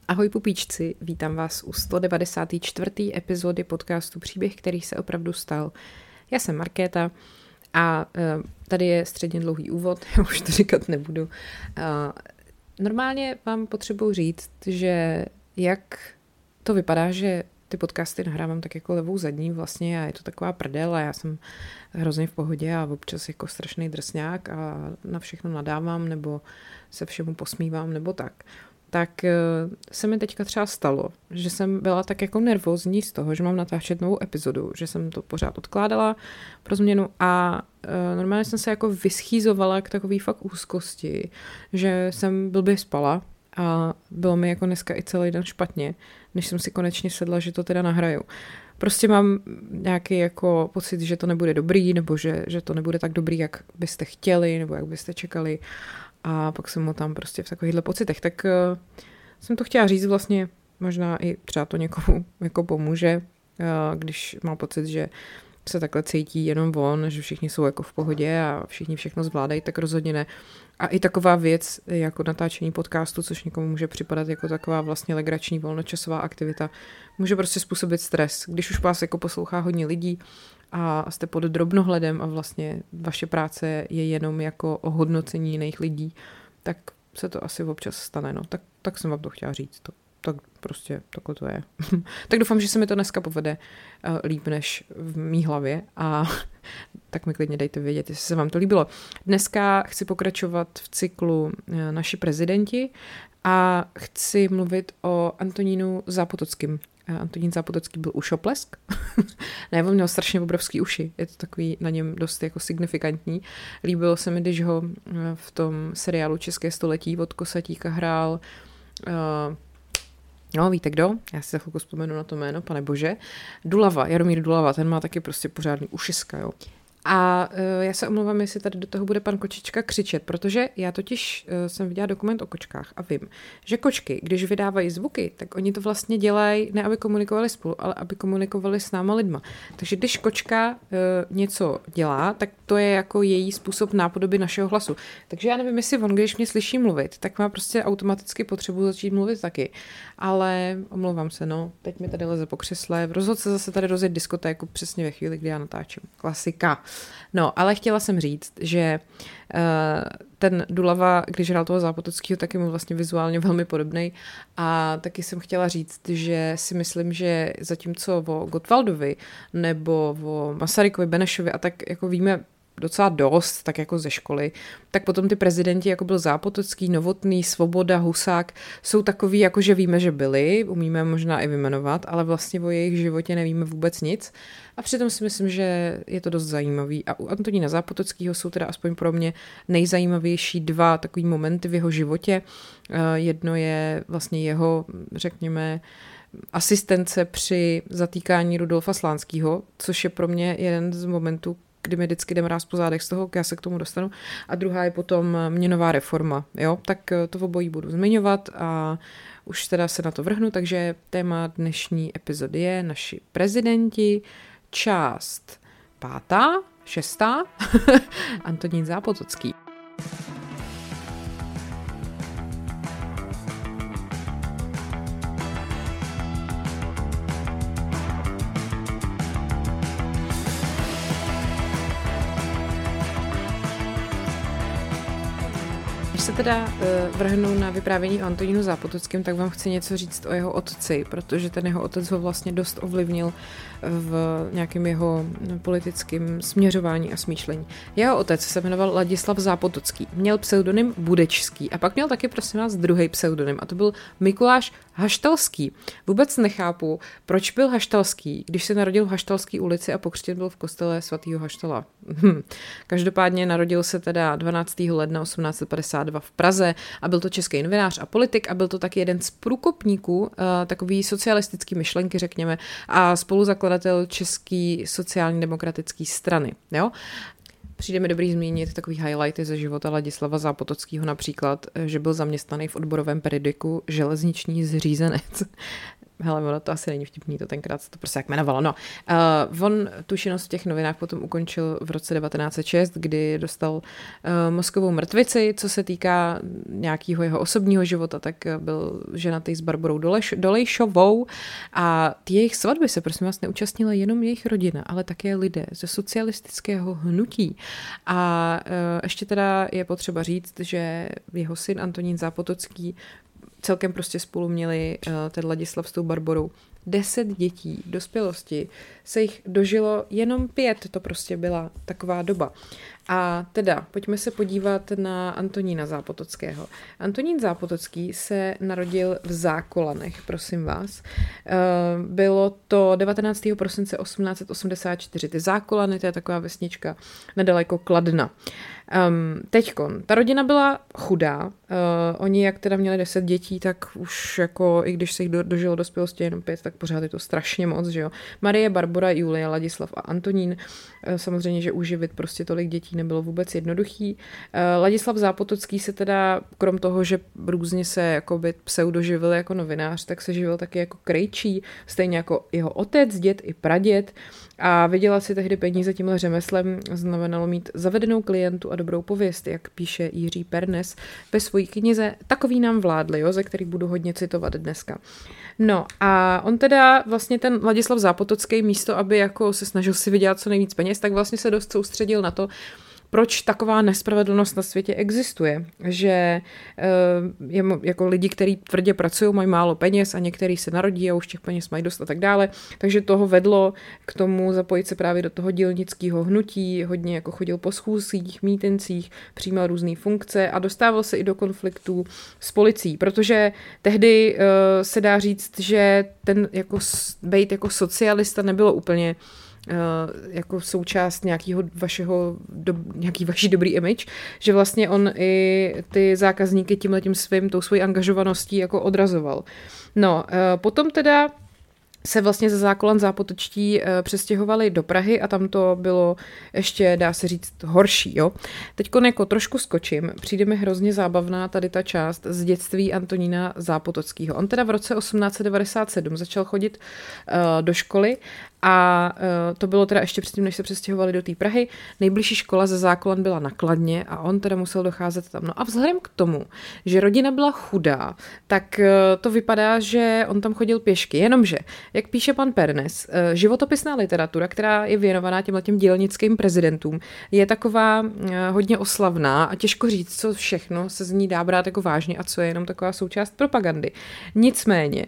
Ahoj pupíčci, vítám vás u 194. epizody podcastu Příběh, který se opravdu stal. Já jsem Markéta a tady je středně dlouhý úvod, já už to říkat nebudu. Normálně vám potřebuji říct, že jak to vypadá, že ty podcasty nahrávám tak jako levou zadní vlastně a je to taková prdel a já jsem hrozně v pohodě a občas jako strašný drsňák a na všechno nadávám nebo se všemu posmívám nebo tak se mi teďka třeba stalo, že jsem byla tak jako nervózní z toho, že mám natáčet novou epizodu, že jsem to pořád odkládala pro změnu a normálně jsem se jako vyschýzovala k takový fakt úzkosti, že jsem blbě spala a bylo mi jako dneska i celý den špatně, než jsem si konečně sedla, že to teda nahraju. Prostě mám nějaký jako pocit, že to nebude dobrý, nebo že to nebude tak dobrý, jak byste chtěli, nebo jak byste čekali. A pak jsem mu tam prostě v takovýchhle pocitech. Tak jsem to chtěla říct vlastně, možná i třeba to někomu jako pomůže, když má pocit, že se takhle cítí jenom on, že všichni jsou jako v pohodě a všichni všechno zvládají, tak rozhodně ne. A i taková věc jako natáčení podcastu, což někomu může připadat jako taková vlastně legrační volnočasová aktivita, může prostě způsobit stres. Když už vás jako poslouchá hodně lidí a jste pod drobnohledem a vlastně vaše práce je jenom jako ohodnocení jiných lidí, tak se to asi občas stane. No. Tak jsem vám to chtěla říct. Tak prostě takhle to je. Tak doufám, že se mi to dneska povede líp než v mý hlavě a tak mi klidně dejte vědět, jestli se vám to líbilo. Dneska chci pokračovat v cyklu Naši prezidenti a chci mluvit o Antonínu Zápotockým. Antonín Zápotocký byl ušoplesk. Ne, on měl strašně obrovský uši. Je to takový na něm dost jako signifikantní. Líbilo se mi, když ho v tom seriálu České století od Kosatíka hrál no, víte kdo? Já si za chvilku vzpomenu na to jméno, pane bože. Jaromír Dulava, ten má taky prostě pořádný ušiska, jo. A já se omlouvám, jestli tady do toho bude pan Kočička křičet, protože já totiž jsem viděla dokument o kočkách a vím, že kočky, když vydávají zvuky, tak oni to vlastně dělají ne, aby komunikovali spolu, ale aby komunikovali s náma lidma. Takže když kočka něco dělá, tak to je jako její způsob nápodoby našeho hlasu. Takže já nevím, jestli on, když mě slyší mluvit, tak má prostě automaticky potřebu začít mluvit taky. Ale omlouvám se, no, teď mi tady leze po křesle, rozhodl se zase tady rozjet diskotéku přesně ve chvíli, kdy já natáčím. Klasika. No, ale chtěla jsem říct, že ten Dulava, když hrál toho Zápotockého, tak je mu vlastně vizuálně velmi podobnej a taky jsem chtěla říct, že si myslím, že zatímco o Gottwaldovi nebo o Masarykovi, Benešovi a tak jako víme docela dost, tak jako ze školy, tak potom ty prezidenti, jako byl Zápotocký, Novotný, Svoboda, Husák, jsou takový, jako že víme, že byli, umíme možná i vyjmenovat, ale vlastně o jejich životě nevíme vůbec nic. A přitom si myslím, že je to dost zajímavý. A u Antonína Zápotockého jsou teda aspoň pro mě nejzajímavější dva takový momenty v jeho životě. Jedno je vlastně jeho, řekněme, asistence při zatýkání Rudolfa Slánského, což je pro mě jeden z momentů, kdy mi vždycky jde mráz po zádech z toho, já se k tomu dostanu. A druhá je potom měnová reforma. Jo? Tak to obojí budu zmiňovat a už teda se na to vrhnu, takže téma dnešní epizody je Naši prezidenti, část 5., 6. Antonín Zápotocký. Když se teda vrhnu na vyprávění o Antonínu Zápotockém, tak vám chci něco říct o jeho otci, protože ten jeho otec ho vlastně dost ovlivnil v nějakém jeho politickém směřování a smýšlení. Jeho otec se jmenoval Ladislav Zápotocký, měl pseudonym Budečský a pak měl taky, prosím vás, druhý pseudonym a to byl Mikuláš Haštalský. Vůbec nechápu, proč byl Haštalský, když se narodil v Haštalské ulici a pokřtěn byl v kostele svatého Haštala. Každopádně narodil se teda 12. ledna 1852 v Praze a byl to český novinář a politik a byl to taky jeden z průkopníků takový socialistický myšlenky, řekněme, a spoluzakladatel České sociálně demokratické strany. Jo? Přijde mi dobrý zmínit takový highlighty ze života Ladislava Zápotockého, například, že byl zaměstnaný v odborovém periodiku Železniční zřízenec. hele, ono to asi není vtipný, to tenkrát se to prostě jak jmenovalo. No, on tu činnost v těch novinách potom ukončil v roce 1906, kdy dostal mozkovou mrtvici. Co se týká nějakého jeho osobního života, tak byl ženatý s Barborou Dolejšovou a jejich svatby se prosím vás neúčastnila jenom jejich rodina, ale také lidé ze socialistického hnutí. A ještě teda je potřeba říct, že jeho syn Antonín Zápotocký celkem prostě spolu měli ten Ladislav s tou Barborou 10 dětí. V dospělosti se jich dožilo jenom 5, to prostě byla taková doba. A teda, pojďme se podívat na Antonína Zápotockého. Antonín Zápotocký se narodil v Zákolanech, prosím vás. Bylo to 19. prosince 1884. Ty Zákolany, to je taková vesnička nedaleko Kladna. Teďkon, ta rodina byla chudá. Oni jak teda měli 10 dětí, tak už jako, i když se jich dožilo dospělosti jenom 5, tak pořád je to strašně moc, že jo. Marie, Barbora, Julia, Ladislav a Antonín. Samozřejmě, že uživit prostě tolik dětí nebylo vůbec jednoduchý. Ladislav Zápotocký se teda, krom toho, že různě se jakoby pseudoživil jako novinář, tak se živil taky jako krejčí, stejně jako jeho otec, děd i praděd. A vydělat si tehdy peníze tímhle řemeslem znamenalo mít zavedenou klientu a dobrou pověst, jak píše Jiří Pernes ve své knize Takový nám vládli, jo, ze kterých budu hodně citovat dneska. No a on teda vlastně ten Ladislav Zápotocký místo, aby jako se snažil si vydělat co nejvíc peněz, tak vlastně se dost soustředil na to, proč taková nespravedlnost na světě existuje, že jako lidi, kteří tvrdě pracují, mají málo peněz a některý se narodí a už těch peněz mají dost a tak dále, takže toho vedlo k tomu zapojit se právě do toho dělnického hnutí, hodně jako chodil po schůzích, mítincích, přijímal různé funkce a dostával se i do konfliktů s policií, protože tehdy se dá říct, že ten jako bejt jako socialista nebylo úplně jako součást nějaký vaší dobrý image, že vlastně on i ty zákazníky tímhletím tou svojí angažovaností jako odrazoval. No, potom teda se vlastně ze Zákolan Zápotočtí přestěhovali do Prahy a tam to bylo ještě, dá se říct, horší. Jo? Teďko jako trošku skočím, přijde mi hrozně zábavná tady ta část z dětství Antonína Zápotockého. On teda v roce 1897 začal chodit do školy a to bylo teda ještě předtím, než se přestěhovali do té Prahy. Nejbližší škola ze Zákolan byla na Kladně a on teda musel docházet tam. No a vzhledem k tomu, že rodina byla chudá, tak to vypadá, že on tam chodil pěšky. Jenomže, jak píše pan Pernes, životopisná literatura, která je věnovaná těmhletěm dělnickým prezidentům, je taková hodně oslavná a těžko říct, co všechno se z ní dá brát jako vážně a co je jenom taková součást propagandy. Nicméně,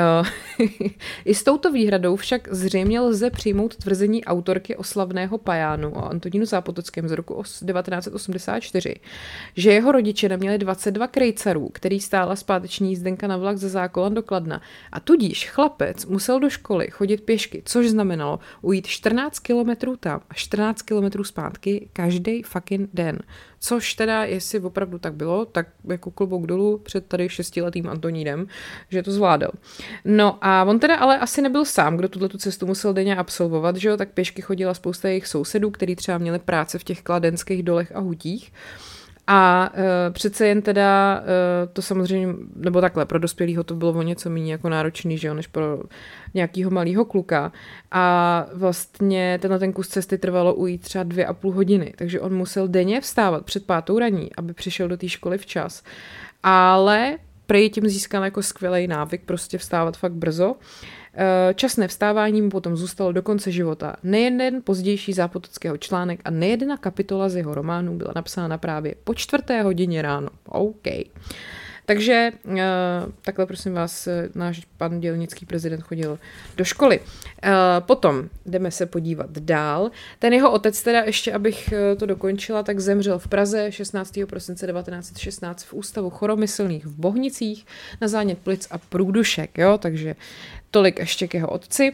i s touto výhradou však zřejmě lze přijmout tvrzení autorky oslavného pajánu o Antonínu Zápotockém z roku 1984, že jeho rodiče neměli 22 krejcarů, který stála zpáteční jízdenka na vlak ze Zákolan do Kladna. A tudíž chlapec musel do školy chodit pěšky, což znamenalo ujít 14 kilometrů tam a 14 kilometrů zpátky každý fucking den. Což teda, jestli opravdu tak bylo, tak jako klobouk dolů před tady 6letým Antonínem, že to zvládal. No a on teda ale asi nebyl sám, kdo tuto cestu musel denně absolvovat, že jo, tak pěšky chodila spousta jejich sousedů, kteří třeba měli práce v těch kladenských dolech a hutích. A přece jen teda to samozřejmě, nebo takhle, pro dospělýho to bylo o něco méně jako náročný, že jo, než pro nějakýho malýho kluka. A vlastně ten kus cesty trvalo ujít třeba 2,5 hodiny, takže on musel denně vstávat před 5 raní, aby přišel do té školy včas. Ale prej tím získal jako skvělý návyk prostě vstávat fakt brzo. Časné vstávání mu potom zůstalo do konce života. Nejeden pozdější Zápotockého článek a nejedna kapitola z jeho románů byla napsána právě po 4. hodině ráno. OK. Takže takhle prosím vás, náš pan dělnický prezident chodil do školy. Potom jdeme se podívat dál. Ten jeho otec teda ještě, abych to dokončila, tak zemřel v Praze 16. prosince 1916 v Ústavu choromyslných v Bohnicích na zánět plic a průdušek, jo, takže tolik ještě k jeho otci.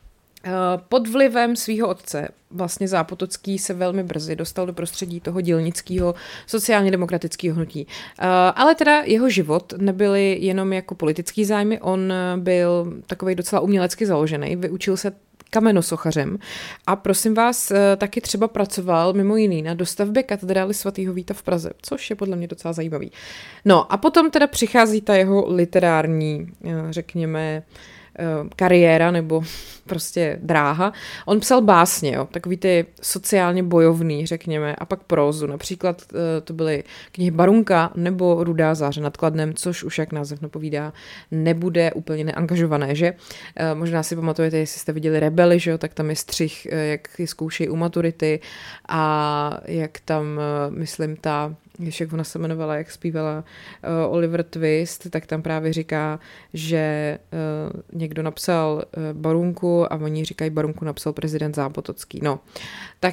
Pod vlivem svého otce vlastně Zápotocký se velmi brzy dostal do prostředí toho dělnického sociálně demokratického hnutí. Ale teda jeho život nebyly jenom jako politický zájmy, on byl takovej docela umělecky založený, vyučil se kamenosochařem a prosím vás, taky třeba pracoval mimo jiný na dostavbě katedrály svatého Víta v Praze, což je podle mě docela zajímavý. No a potom teda přichází ta jeho literární, řekněme, kariéra nebo prostě dráha. On psal básně, jo, takový ty sociálně bojovný, řekněme, a pak prózu. Například to byly knihy Barunka nebo Rudá záře nad Kladnem, což už, jak název napovídá, nebude úplně neangažované, že? Možná si pamatujete, jestli jste viděli Rebely, že jo, tak tam je střih, jak zkoušejí u maturity a jak tam, myslím, jak ona se jmenovala, jak zpívala Oliver Twist, tak tam právě říká, že někdo napsal Barunku a oni říkají, Barunku napsal prezident Zápotocký. No, tak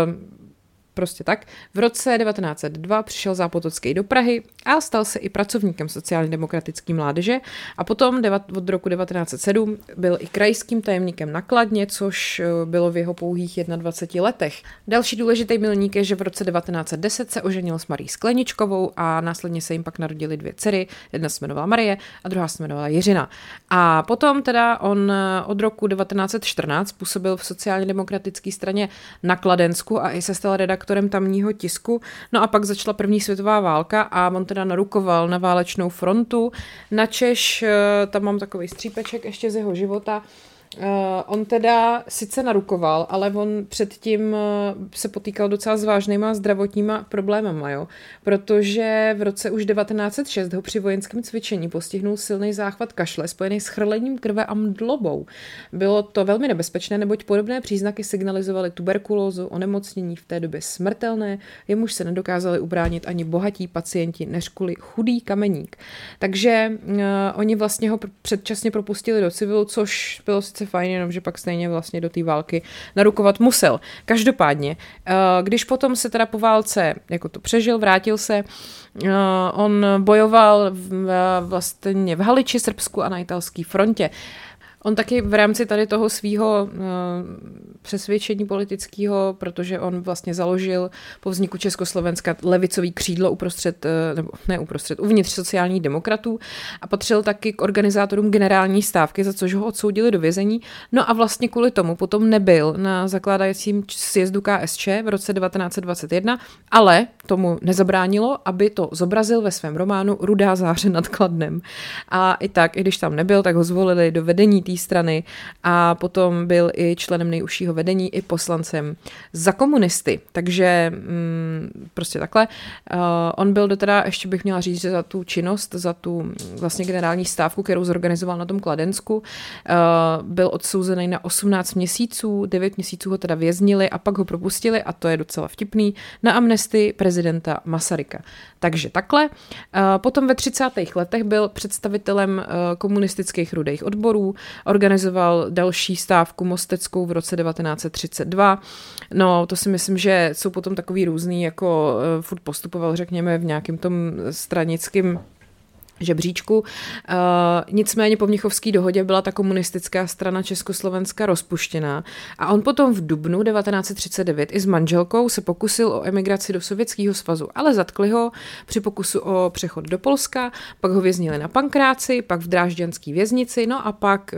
prostě tak. V roce 1902 přišel Zápotocký do Prahy a stal se i pracovníkem sociálně demokratické mládeže a potom od roku 1907 byl i krajským tajemníkem na Kladně, což bylo v jeho pouhých 21 letech. Další důležitý milník je, že v roce 1910 se oženil s Marí Skleničkovou a následně se jim pak narodily 2 dcery. Jedna se jmenovala Marie a druhá se jmenovala Jiřina. A potom teda on od roku 1914 působil v sociálně demokratické straně na Kladensku a i se stal redaktorem tamního tisku. No a pak začala první světová válka a on teda narukoval na válečnou frontu. Načež, tam mám takový střípeček ještě z jeho života, on teda sice narukoval, ale on předtím se potýkal docela s vážnýma zdravotníma problémama, jo? Protože v roce už 1906 ho při vojenském cvičení postihnul silný záchvat kašle spojený s chrlením krve a mdlobou. Bylo to velmi nebezpečné, neboť podobné příznaky signalizovaly tuberkulózu, onemocnění v té době smrtelné, jemuž se nedokázali ubránit ani bohatí pacienti, než kvůli chudý kameník. Takže oni vlastně ho předčasně propustili do civilu, což bylo sice fajn, jenomže pak stejně vlastně do té války narukovat musel. Každopádně, když potom se teda po válce jako to přežil, vrátil se, on bojoval vlastně v Haliči, Srbsku a na italské frontě. On taky v rámci tady toho svýho přesvědčení politického, protože on vlastně založil po vzniku Československa levicový křídlo uvnitř sociálních demokratů a patřil taky k organizátorům generální stávky, za což ho odsoudili do vězení. No a vlastně kvůli tomu potom nebyl na zakládajícím sjezdu KSČ v roce 1921, ale tomu nezabránilo, aby to zobrazil ve svém románu Rudá záře nad Kladnem. A i tak, i když tam nebyl, tak ho zvolili do vedení té strany a potom byl i členem nejužšího vedení, i poslancem za komunisty. Takže prostě takhle. On byl teda, ještě bych měla říct, že za tu činnost, za tu vlastně generální stávku, kterou zorganizoval na tom Kladensku, byl odsouzený na 18 měsíců, 9 měsíců ho teda věznili a pak ho propustili, a to je docela vtipný, na amnestii prezidenta Masaryka. Takže takhle. Potom ve 30. letech byl představitelem komunistických rudých odborů, organizoval další stávku mosteckou v roce 1932. No, to si myslím, že jsou potom takový různý, jako furt postupoval, řekněme, v nějakém tom stranickém žebříčku. Nicméně po Mnichovské dohodě byla ta komunistická strana Československa rozpuštěná a on potom v dubnu 1939 i s manželkou se pokusil o emigraci do Sovětského svazu, ale zatkli ho při pokusu o přechod do Polska, pak ho věznili na Pankráci, pak v Drážďanské věznici, no a pak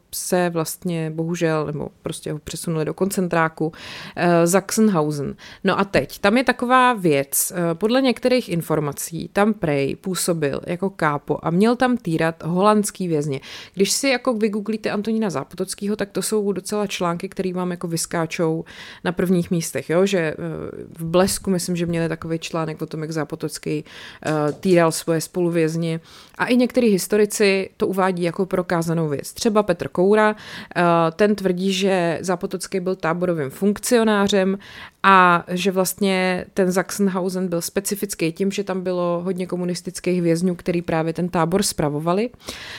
se vlastně bohužel, nebo prostě ho přesunuli do koncentráku Sachsenhausen. No a teď, tam je taková věc, podle některých informací tam prej působil jako kápo a měl tam týrat holandský vězně. Když si jako vygooglíte Antonína Zápotockého, tak to jsou docela články, které vám jako vyskáčou na prvních místech, jo? Že v Blesku, myslím, že měli takový článek o tom, jak Zápotocký týral svoje spoluvězni a i některý historici to uvádí jako prokázanou věc. Třeba Petr Koura, ten tvrdí, že Zápotocký byl táborovým funkcionářem a že vlastně ten Sachsenhausen byl specifický tím, že tam bylo hodně komunistických vězňů, který právě ten tábor spravovali.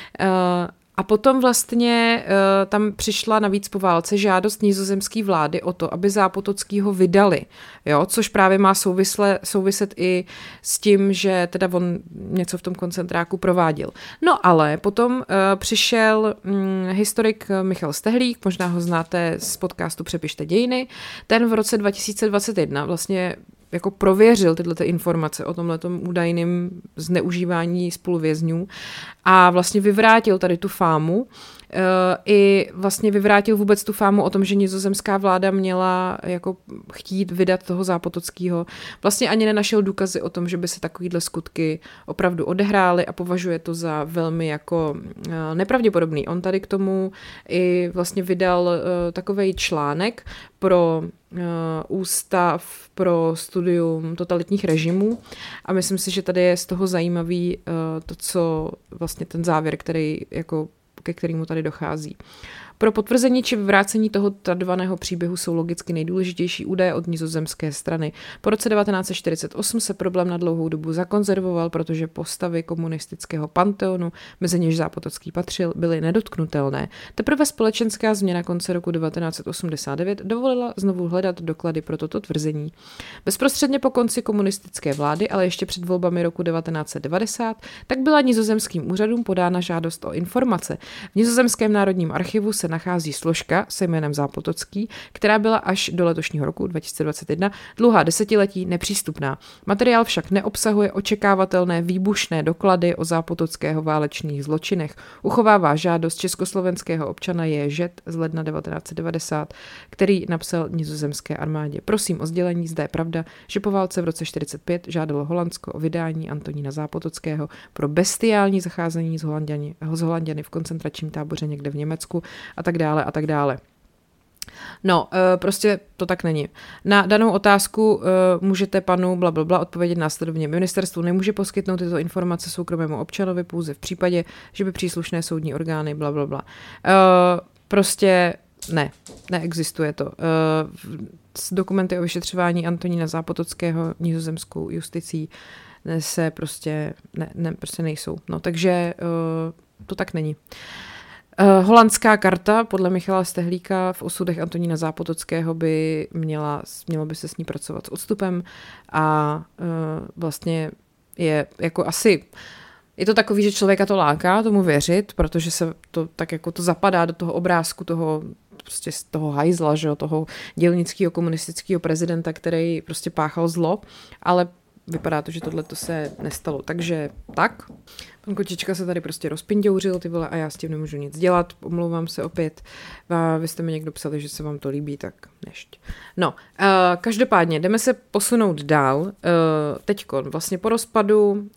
A potom vlastně tam přišla navíc po válce žádost nizozemské vlády o to, aby Zápotockýho vydali, jo? Což právě má souviset i s tím, že teda on něco v tom koncentráku prováděl. No ale potom přišel historik Michal Stehlík, možná ho znáte z podcastu Přepište dějiny, ten v roce 2021 vlastně jako prověřil tyhle informace o tomhletom údajným zneužívání spoluvězňů a vlastně vyvrátil tady tu fámu, i vlastně vyvrátil vůbec tu fámu o tom, že nizozemská vláda měla jako chtít vydat toho Zápotockého. Vlastně ani nenašel důkazy o tom, že by se takovýhle skutky opravdu odehrály a považuje to za velmi jako nepravděpodobný. On tady k tomu i vlastně vydal takovej článek pro Ústav pro studium totalitních režimů a myslím si, že tady je z toho zajímavý to, co vlastně ten závěr, ke kterému tady dochází. Pro potvrzení či vyvrácení toho tradovaného příběhu jsou logicky nejdůležitější údaje od nizozemské strany. Po roce 1948 se problém na dlouhou dobu zakonzervoval, protože postavy komunistického panteonu, mezi něž Zápotocký patřil, byly nedotknutelné. Teprve společenská změna konce roku 1989 dovolila znovu hledat doklady pro toto tvrzení. Bezprostředně po konci komunistické vlády, ale ještě před volbami roku 1990, tak byla nizozemským úřadům podána žádost o informace. V nizozemském národním archivu se nachází složka se jménem Zápotocký, která byla až do letošního roku 2021 dlouhá desetiletí nepřístupná. Materiál však neobsahuje očekávatelné výbušné doklady o Zápotockého válečných zločinech. Uchovává žádost československého občana J.Žet z ledna 1990, který napsal nizozemské armádě. Prosím o sdělení, zda je pravda, že po válce v roce 1945 žádalo Holandsko o vydání Antonína Zápotockého pro bestiální zacházení s Holanďany v koncentračním táboře někde v Německu a tak dále a tak dále. No, prostě to tak není. Na danou otázku můžete panu blablabla odpovědět následovně. Ministerstvo nemůže poskytnout tyto informace soukromému občanovi pouze v případě, že by příslušné soudní orgány blablabla. Prostě neexistuje to. Dokumenty o vyšetřování Antonína Zápotockého nizozemskou justicí se prostě nejsou. No, takže to tak není. Holandská karta podle Michala Stehlíka v osudech Antonína Zápotockého mělo by se s ní pracovat s odstupem a vlastně je jako asi je to takový, že člověka to láká tomu věřit, protože se to tak jako to zapadá do toho obrázku toho prostě z toho hajzla, že jo, toho dělnického komunistického prezidenta, který prostě páchal zlo, ale vypadá to, že tohle to se nestalo. Takže tak. Pan Kočička se tady prostě rozpindouřil, ty vole, a já s tím nemůžu nic dělat. Omlouvám se opět. Vy jste mi někdo psali, že se vám to líbí, tak nešť. No, každopádně, jdeme se posunout dál. Teďko, vlastně po rozpadu,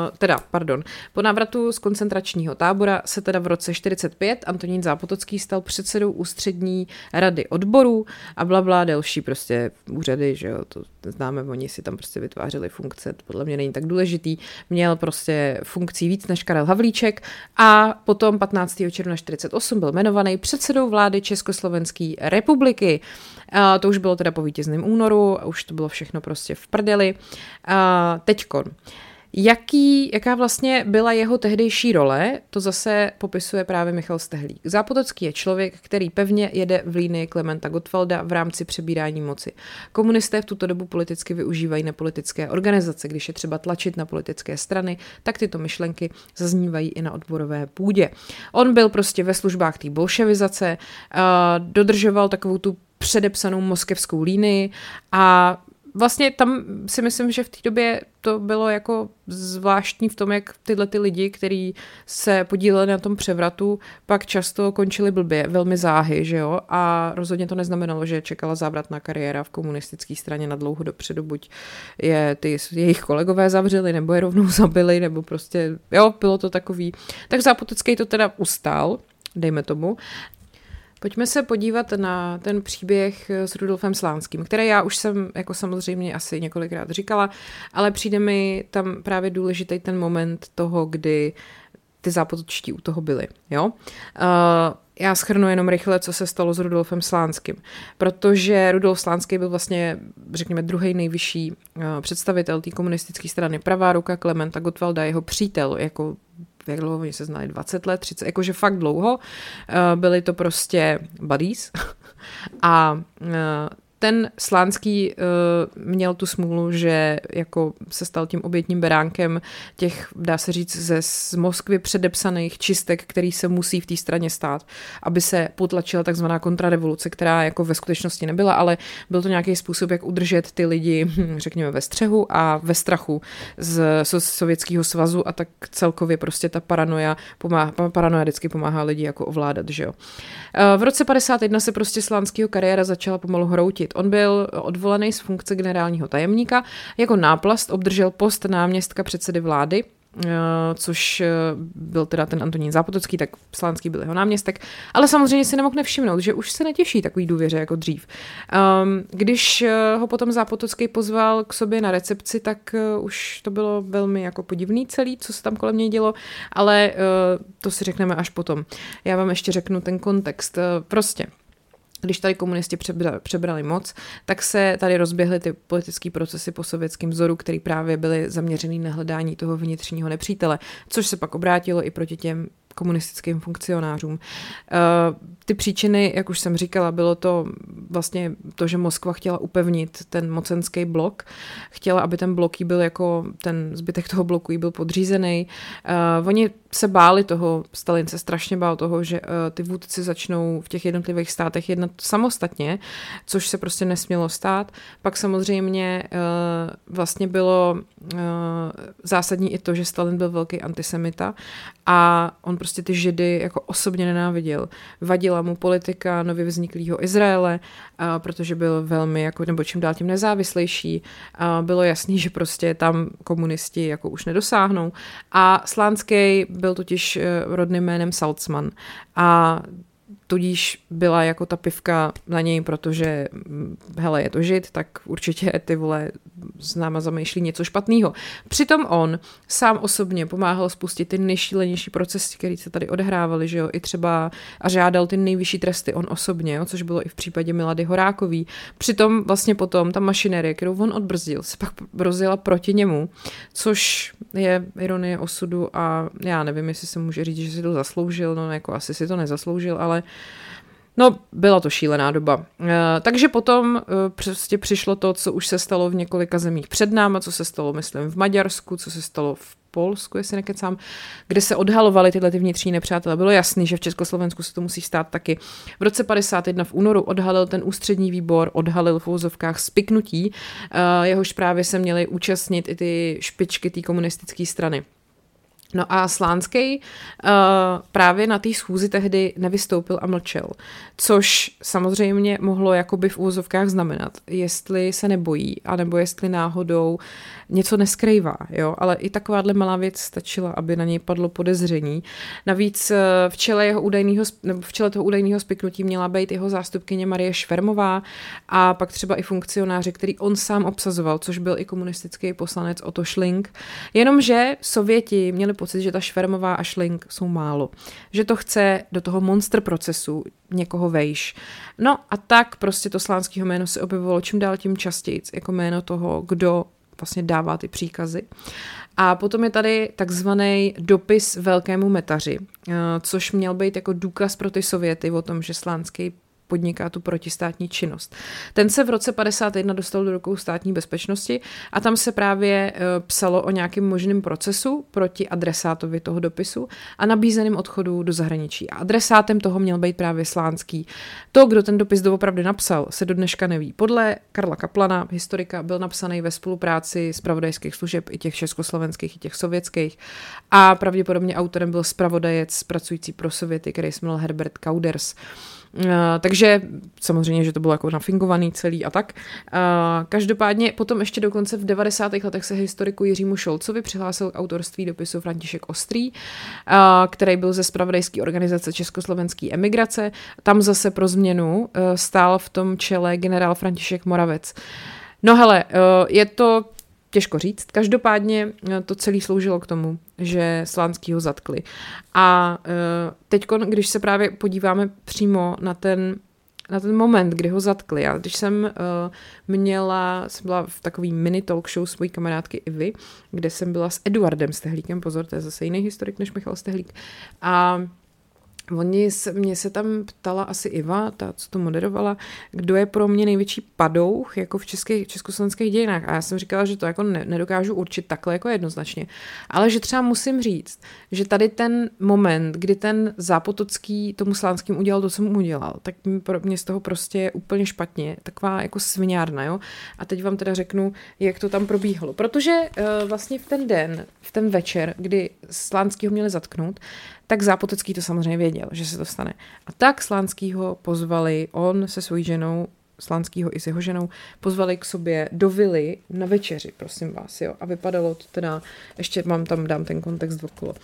po návratu z koncentračního tábora se teda v roce 1945 Antonín Zápotocký stal předsedou ústřední rady odborů a blablá další prostě úřady, že jo, to známe, oni si tam prostě vytvářeli funkce, to podle mě není tak důležitý, měl prostě funkcí víc než Karel Havlíček a potom 15. června 1948 byl jmenovaný předsedou vlády Československé republiky. To už bylo teda po vítězném únoru, už to bylo všechno prostě v prdeli. Teďkon. Jaká vlastně byla jeho tehdejší role, to zase popisuje právě Michal Stehlík. Zápotocký je člověk, který pevně jede v línii Klementa Gottwalda v rámci přebírání moci. Komunisté v tuto dobu politicky využívají nepolitické organizace, když je třeba tlačit na politické strany, tak tyto myšlenky zaznívají i na odborové půdě. On byl prostě ve službách té bolševizace, dodržoval takovou tu předepsanou moskevskou línii a vlastně tam si myslím, že v té době to bylo jako zvláštní v tom, jak tyhle ty lidi, kteří se podíleli na tom převratu, pak často končili blbě, velmi záhy, že jo, a rozhodně to neznamenalo, že čekala závratná kariéra v komunistické straně na dlouho dopředu, buď je ty jejich kolegové zavřeli, nebo je rovnou zabili, nebo prostě, jo, bylo to takový. Tak Zápotocký to teda ustál, dejme tomu. Pojďme se podívat na ten příběh s Rudolfem Slánským, který já už jsem jako samozřejmě asi několikrát říkala, ale přijde mi tam právě důležitý ten moment toho, kdy ty zápotočtí u toho byli. Jo? Já shrnu jenom rychle, co se stalo s Rudolfem Slánským, protože Rudolf Slánský byl vlastně, řekněme, druhý nejvyšší představitel té komunistické strany, pravá ruka Klementa Gottwalda, jeho přítel, jako jak dlouho oni se znali, 20 let, 30, jakože fakt dlouho, byli to prostě buddies a ten Slánský měl tu smůlu, že jako se stal tím obětním beránkem těch, dá se říct, z Moskvy předepsaných čistek, který se musí v té straně stát, aby se potlačila takzvaná kontrarevoluce, která jako ve skutečnosti nebyla, ale byl to nějaký způsob, jak udržet ty lidi, řekněme, ve střehu a ve strachu z Sovětského svazu a tak celkově prostě ta paranoia vždycky pomáhá lidi jako ovládat, že jo. V roce 51 se prostě Slánskýho kariéra začala pomalu hroutit. On byl odvolaný z funkce generálního tajemníka, jako náplast obdržel post náměstka předsedy vlády, což byl teda ten Antonín Zápotocký, tak Slánský byl jeho náměstek, ale samozřejmě si nemohl nevšimnout, že už se netěší takový důvěře jako dřív. Když ho potom Zápotocký pozval k sobě na recepci, tak už to bylo velmi jako podivný celý, co se tam kolem něj dělo, ale to si řekneme až potom. Já vám ještě řeknu ten kontext. Prostě když tady komunisti přebrali moc, tak se tady rozběhly ty politické procesy po sovětském vzoru, které právě byly zaměřený na hledání toho vnitřního nepřítele, což se pak obrátilo i proti těm komunistickým funkcionářům. Ty příčiny, jak už jsem říkala, bylo to vlastně to, že Moskva chtěla upevnit ten mocenský blok, chtěla, aby ten blok jí byl jako, ten zbytek toho bloku jí byl podřízený. Oni se báli toho, Stalin se strašně bál toho, že ty vůdci začnou v těch jednotlivých státech jednat samostatně, což se prostě nesmělo stát. Pak samozřejmě vlastně bylo zásadní i to, že Stalin byl velký antisemita a on prostě ty Židy jako osobně nenáviděl. Vadila mu politika nově vzniklého Izraele, protože byl velmi, jako, nebo čím dál tím nezávislejší. Bylo jasný, že prostě tam komunisti jako už nedosáhnou. A Slánský byl totiž rodným jménem Salzman. A tudíž byla jako ta pivka na něj, protože hele, je to Žid, tak určitě ty vole s náma zamýšlí něco špatného. Přitom on sám osobně pomáhal spustit ty nejšílenější procesy, které se tady odehrávaly, že jo, i třeba a žádal ty nejvyšší tresty on osobně, jo, což bylo i v případě Milady Horákový. Přitom vlastně potom ta mašinérie, kterou on odbrzdil, se pak rozjela proti němu, což je ironie osudu a já nevím, jestli se může říct, že si to zasloužil, no jako asi si to nezasloužil, ale no, byla to šílená doba. Takže potom prostě přišlo to, co už se stalo v několika zemích před náma, co se stalo, myslím, v Maďarsku, co se stalo v Polsku, jestli nekecám, kde se odhalovaly tyhle ty vnitřní nepřátelé. Bylo jasný, že v Československu se to musí stát taky. V roce 51 v únoru odhalil ten ústřední výbor, odhalil v úvozovkách spiknutí, jehož právě se měly účastnit i ty špičky té komunistické strany. No a Slánský právě na té schůzi tehdy nevystoupil a mlčel, což samozřejmě mohlo jakoby v úvozovkách znamenat, jestli se nebojí, anebo jestli náhodou něco neskrývá, jo, ale i takováhle malá věc stačila, aby na něj padlo podezření. Navíc v čele toho údajného spiknutí měla být jeho zástupkyně Marie Švermová a pak třeba i funkcionáři, který on sám obsazoval, což byl i komunistický poslanec Otto Schling, jenomže Sověti měli pocit, že ta Švermová a Schling jsou málo, že to chce do toho monster procesu někoho vejš. No a tak prostě to Slánskýho jméno se objevovalo čím dál tím častěji jako jméno toho, kdo vlastně dává ty příkazy. A potom je tady takzvaný dopis velkému metaři, což měl být jako důkaz pro ty Sověty o tom, že Slánský podniká tu protistátní činnost. Ten se v roce 51 dostal do rukou státní bezpečnosti a tam se právě psalo o nějakém možném procesu proti adresátovi toho dopisu a nabízeným odchodu do zahraničí. A adresátem toho měl být právě Slánský. To, kdo ten dopis doopravdy napsal, se do dneška neví. Podle Karla Kaplana, historika, byl napsaný ve spolupráci zpravodajských služeb i těch československých, i těch sovětských a pravděpodobně autorem byl zpravodajec pracující pro Sověty, který se jmenoval Herbert Kauders. Takže samozřejmě, že to bylo jako nafingovaný celý a tak. Každopádně potom ještě dokonce v 90. letech se historiku Jiřímu Šolcovi přihlásil k autorství dopisu František Ostrý, který byl ze zpravodajské organizace Československé emigrace. Tam zase pro změnu stál v tom čele generál František Moravec. No hele, je to těžko říct. Každopádně to celé sloužilo k tomu, že Slánskýho zatkli. A teď, když se právě podíváme přímo na ten moment, kdy ho zatkli. Já když jsem byla v takový mini talk show svojí kamarádky Ivy, kde jsem byla s Eduardem Stehlíkem, pozor, to je zase jiný historik než Michal Stehlík. A Mě se tam ptala asi Iva, ta, co to moderovala, kdo je pro mě největší padouch jako v československých dějinách. A já jsem říkala, že to jako nedokážu určit takhle jako jednoznačně. Ale že třeba musím říct, že tady ten moment, kdy ten Zápotocký tomu Slánským udělal to, co mu udělal, tak mě z toho prostě je úplně špatně. Taková jako sviňárna, jo. A teď vám teda řeknu, jak to tam probíhalo. Protože vlastně v ten večer, kdy Slánskýho měli zatknout, tak Zápotocký to samozřejmě věděl, že se to stane. A tak Slánskýho pozvali, on se svojí ženou, Slánskýho i s jeho ženou, pozvali k sobě do vily na večeři, prosím vás, jo. A vypadalo to teda, ještě dám ten kontext okolo.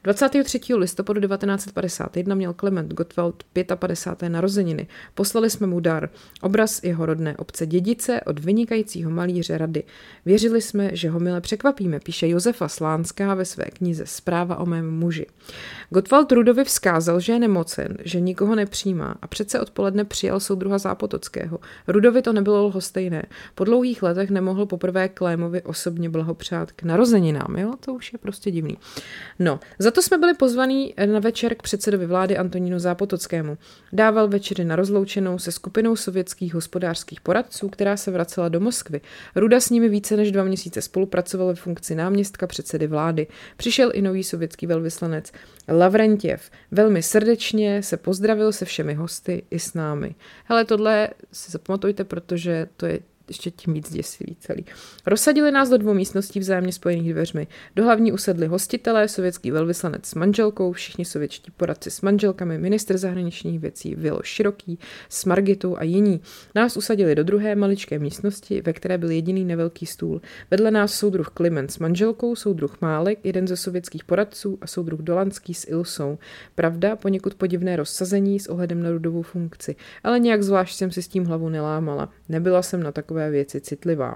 23. listopadu 1951 měl Klement Gottwald 55. narozeniny. Poslali jsme mu dar, obraz jeho rodné obce Dědice od vynikajícího malíře Rady. Věřili jsme, že ho mile překvapíme, píše Josefa Slánská ve své knize Zpráva o mém muži. Gottwald Rudovi vzkázal, že je nemocen, že nikoho nepřijímá a přece odpoledne přijal soudruha Zápotockého. Rudovi to nebylo lhostejné. Po dlouhých letech nemohl poprvé Klémovi osobně blahopřát k narozeninám, jo? To už je prostě divný. No, za to jsme byli pozvaní na večer k předsedovi vlády Antonínu Zápotockému. Dával večeři na rozloučenou se skupinou sovětských hospodářských poradců, která se vracela do Moskvy. Ruda s nimi více než 2 měsíce spolupracoval ve funkci náměstka předsedy vlády. Přišel i nový sovětský velvyslanec Lavrentěv. Velmi srdečně se pozdravil se všemi hosty i s námi. Hele, tohle si zapamatujte, protože to je ještě tím víc děsivý celý. Rozsadili nás do 2 místností vzájemně spojených dveřmi. Do hlavní usedli hostitelé, sovětský velvyslanec s manželkou, všichni sovětští poradci s manželkami, ministr zahraničních věcí Vilo Široký s Margitou a jiní. Nás usadili do druhé maličké místnosti, ve které byl jediný nevelký stůl. Vedle nás soudruh Kliment s manželkou, soudruh Málek, jeden ze sovětských poradců a soudruh Dolanský s Ilsou. Pravda, poněkud podivné rozsazení s ohledem na Rudovou funkci, ale nějak zvlášť jsem si s tím hlavu nelámala. Nebyla jsem na takové věci citlivá.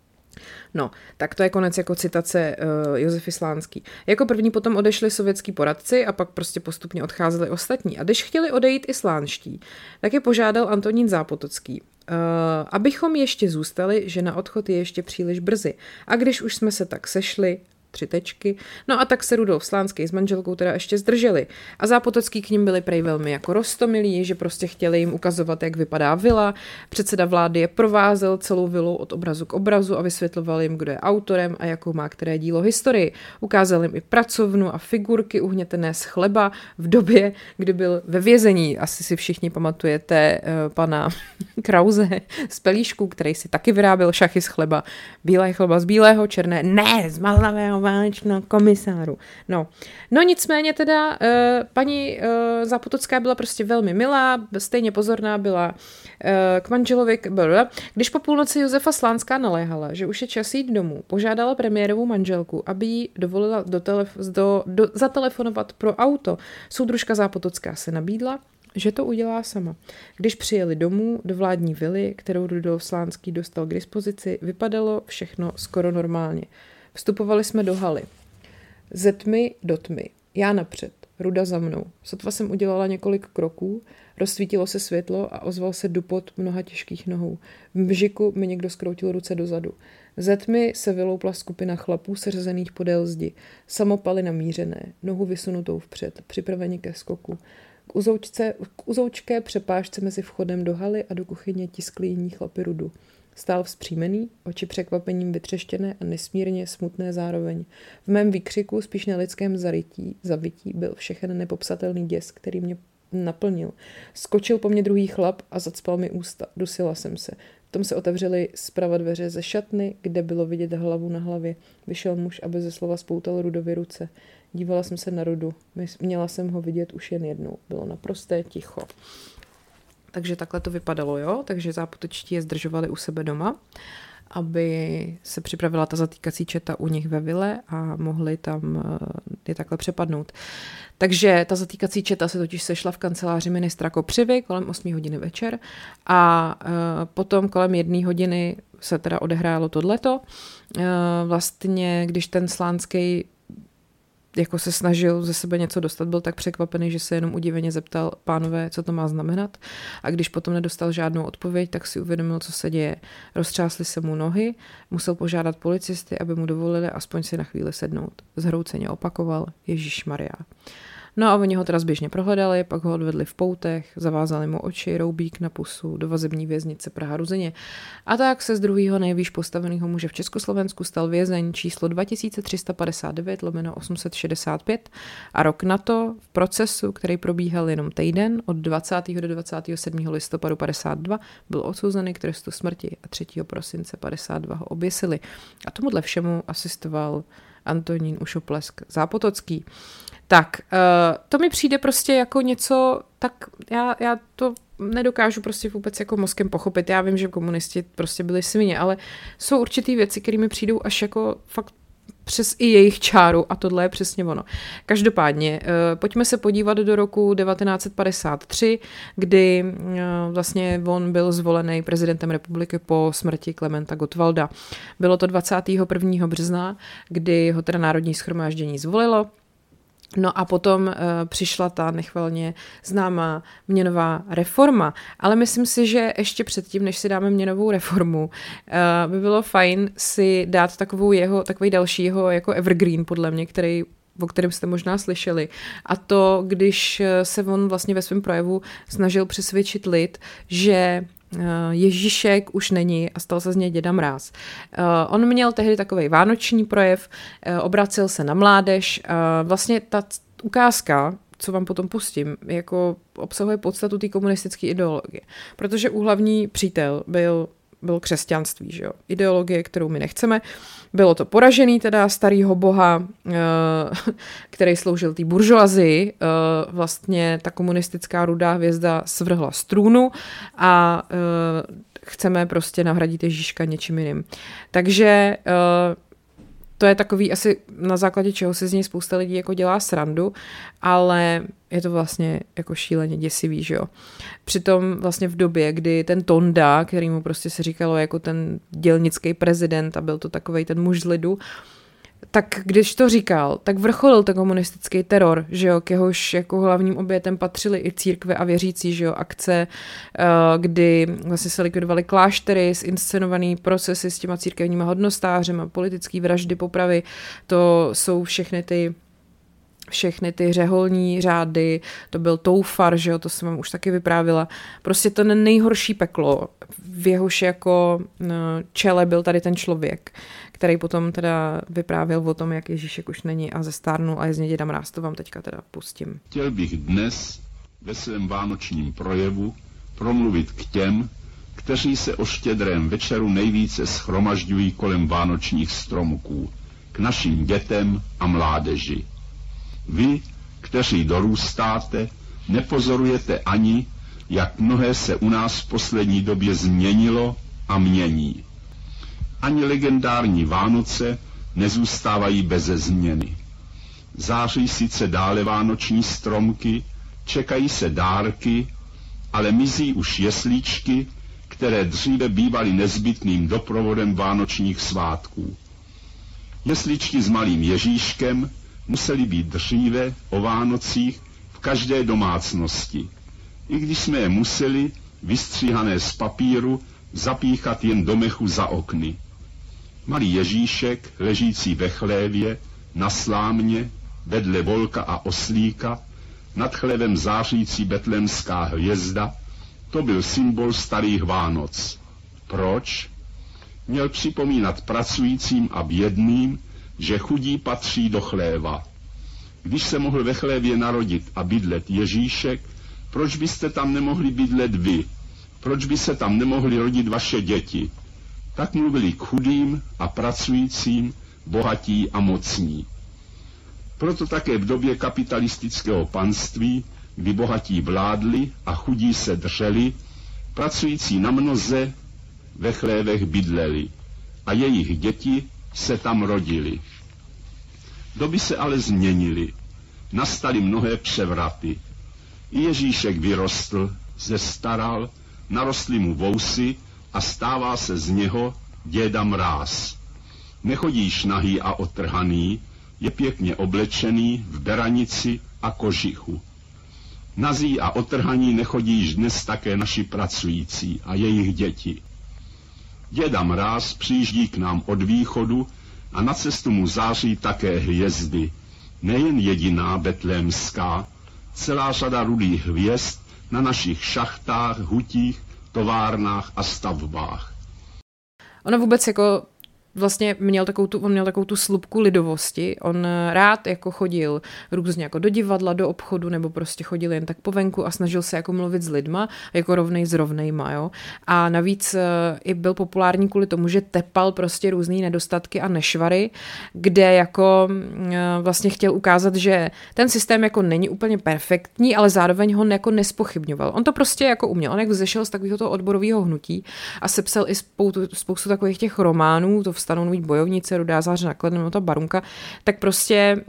No, tak to je konec jako citace Josefy Slánský. Jako první potom odešli sovětský poradci a pak prostě postupně odcházeli ostatní. A když chtěli odejít i slánští, tak je požádal Antonín Zápotocký, abychom ještě zůstali, že na odchod je ještě příliš brzy. A když už jsme se tak sešli, 3 tečky. No a tak se Rudolf Slánský s manželkou teda ještě zdrželi. A Zápotocký k nim byli prej velmi jako roztomilí, že prostě chtěli jim ukazovat, jak vypadá vila. Předseda vlády je provázel celou vilou od obrazu k obrazu a vysvětloval jim, kdo je autorem a jakou má které dílo historii. Ukázal jim i pracovnu a figurky uhnětené z chleba v době, kdy byl ve vězení. Asi si všichni pamatujete pana Krause z Pelíšku, který si taky vyráběl šachy z chleba. Bílé chleba z bílého, černé, ne, z malnavého válečného komisáru. No nicméně teda paní Zápotocká byla prostě velmi milá, stejně pozorná byla k manželovi. Když po půlnoci Josefa Slánská naléhala, že už je čas jít domů, požádala premiérovou manželku, aby jí dovolila zatelefonovat pro auto. Soudružka Zápotocká se nabídla, že to udělá sama. Když přijeli domů do vládní vily, kterou Rudolf Slánský dostal k dispozici, vypadalo všechno skoro normálně. Vstupovali jsme do haly. Ze tmy do tmy. Já napřed, Ruda za mnou. Sotva jsem udělala několik kroků, rozsvítilo se světlo a ozval se dupot mnoha těžkých nohou. V mžiku mi někdo skroutil ruce dozadu. Ze tmy se vyloupla skupina chlapů seřazených podél zdi. Samopaly namířené, nohu vysunutou vpřed, připraveni ke skoku. K uzoučké přepážce mezi vchodem do haly a do kuchyně tiskli jiní chlapi Rudu. Stál vzpřímený, oči překvapením vytřeštěné a nesmírně smutné zároveň. V mém výkřiku, spíš na lidském zavití, byl všechen nepopsatelný děs, který mě naplnil. Skočil po mně druhý chlap a zacpal mi ústa. Dusila jsem se. V tom se otevřely zprava dveře ze šatny, kde bylo vidět hlavu na hlavě. Vyšel muž a beze slova spoutal Rudovi ruce. Dívala jsem se na Rudu. Měla jsem ho vidět už jen jednou. Bylo naprosté ticho. Takže takhle to vypadalo, jo? Takže Zápotočtí je zdržovali u sebe doma, aby se připravila ta zatýkací četa u nich ve vile a mohli tam je takhle přepadnout. Takže ta zatýkací četa se totiž sešla v kanceláři ministra Kopřivy kolem 8 hodiny večer a potom kolem 1 hodiny se teda odehrálo tohleto. Vlastně, když ten Slánský jako se snažil ze sebe něco dostat, byl tak překvapený, že se jenom udiveně zeptal: pánové, co to má znamenat. A když potom nedostal žádnou odpověď, tak si uvědomil, co se děje. Roztřásly se mu nohy, musel požádat policisty, aby mu dovolili aspoň si na chvíli sednout. Zhrouceně opakoval: Ježišmarja. No a oni ho teda zběžně prohledali, pak ho odvedli v poutech, zavázali mu oči, roubík na pusu do vazební věznice Praha-Ruzyně. A tak se z druhého nejvýš postaveného muže v Československu stal vězeň číslo 2359/865 a rok na to v procesu, který probíhal jenom týden od 20. do 27. listopadu 52, byl odsouzený k trestu smrti a 3. prosince 52 ho oběsili. A tomuhle všemu asistoval Antonín Ušoplesk Zápotocký. Tak, to mi přijde prostě jako něco, tak já to nedokážu prostě vůbec jako mozkem pochopit. Já vím, že komunisti prostě byli svině, ale jsou určitý věci, které mi přijdou až jako fakt přes i jejich čáru a tohle je přesně ono. Každopádně, pojďme se podívat do roku 1953, kdy vlastně on byl zvolený prezidentem republiky po smrti Klementa Gottwalda. Bylo to 21. března, kdy ho teda Národní shromáždění zvolilo. No a potom přišla ta nechvalně známá měnová reforma, ale myslím si, že ještě předtím, než si dáme měnovou reformu, by bylo fajn si dát takový další jeho jako evergreen podle mě, o kterém jste možná slyšeli. A to, když se on vlastně ve svém projevu snažil přesvědčit lid, že Ježíšek už není a stal se z něj Děda Mráz. On měl tehdy takovej vánoční projev, obracel se na mládež. Vlastně ta ukázka, co vám potom pustím, jako obsahuje podstatu té komunistické ideologie. Protože hlavní přítel byl křesťanství, že jo? Ideologie, kterou my nechceme. Bylo to poražený teda starýho boha, který sloužil té buržoazii. Vlastně ta komunistická rudá hvězda svrhla z trůnu a chceme prostě nahradit Ježíška něčím jiným. Takže to je takový asi na základě čeho si z něj spousta lidí jako dělá srandu, ale je to vlastně jako šíleně děsivý, že jo. Přitom vlastně v době, kdy ten Tonda, kterýmu prostě se říkalo jako ten dělnický prezident a byl to takovej ten muž z lidu, tak když to říkal, tak vrcholil ten komunistický teror, že jo, k jehož jako hlavním obětem patřily i církve a věřící, že jo, akce, kdy vlastně se likvidovaly kláštery, zinscenovaný procesy s těma církevníma hodnostářema, politický vraždy, popravy, to jsou všechny ty řeholní řády, to byl Toufar, že jo, to jsem vám už taky vyprávila. Prostě to nejhorší peklo, v jehož jako čele byl tady ten člověk, který potom teda vyprávěl o tom, jak Ježíšek už není a zestárnul a je z něj Děda Mráz, to vám teďka teda pustím. Chtěl bych dnes ve svém vánočním projevu promluvit k těm, kteří se o štědrém večeru nejvíce shromažďují kolem vánočních stromků, k našim dětem a mládeži. Vy, kteří dorůstáte, nepozorujete ani, jak mnohé se u nás v poslední době změnilo a mění. Ani legendární Vánoce nezůstávají beze změny. Září sice dále vánoční stromky, čekají se dárky, ale mizí už jeslíčky, které dříve bývaly nezbytným doprovodem vánočních svátků. Jesličky s malým Ježíškem musely být dříve o Vánocích v každé domácnosti, i když jsme je museli, vystříhané z papíru, zapíchat jen do mechu za okny. Malý Ježíšek, ležící ve chlévě, na slámě, vedle volka a oslíka, nad chlevem zářící betlémská hvězda, to byl symbol starých Vánoc. Proč? Měl připomínat pracujícím a bědným, že chudí patří do chléva. Když se mohl ve chlévě narodit a bydlet Ježíšek, proč byste tam nemohli bydlet vy? Proč by se tam nemohli rodit vaše děti? Tak mluvili k chudým a pracujícím, bohatí a mocní. Proto také v době kapitalistického panství, kdy bohatí vládli a chudí se drželi, pracující na mnoze ve chlévech bydleli a jejich děti se tam rodili. Doby se ale změnily, nastaly mnohé převraty. I Ježíšek vyrostl, zestaral, narostly mu vousy a stává se z něho Děda Mráz. Nechodíš nahý a otrhaný, je pěkně oblečený v beranici a kožichu. Nazí a otrhaní nechodíš dnes také naši pracující a jejich děti. Děda Mráz přijíždí k nám od východu a na cestu mu září také hvězdy. Nejen jediná betlémská, celá řada rudých hvězd na našich šachtách, hutích, továrnách a stavbách. Ona vůbec jako vlastně měl takovou tu slupku lidovosti. On rád jako chodil různě jako do divadla, do obchodu, nebo prostě chodil jen tak po venku a snažil se jako mluvit s lidma, jako rovnej s rovnejma, jo. A navíc i byl populární kvůli tomu, že tepal prostě různý nedostatky a nešvary, kde jako vlastně chtěl ukázat, že ten systém jako není úplně perfektní, ale zároveň ho jako nespochybňoval. On to prostě jako uměl. On jak vzešel z takového toho odborového hnutí a sepsal i spoustu takových těch románů, to Vstanou noví bojovnice, Rudá záře na Kladně, ta Barunka, tak prostě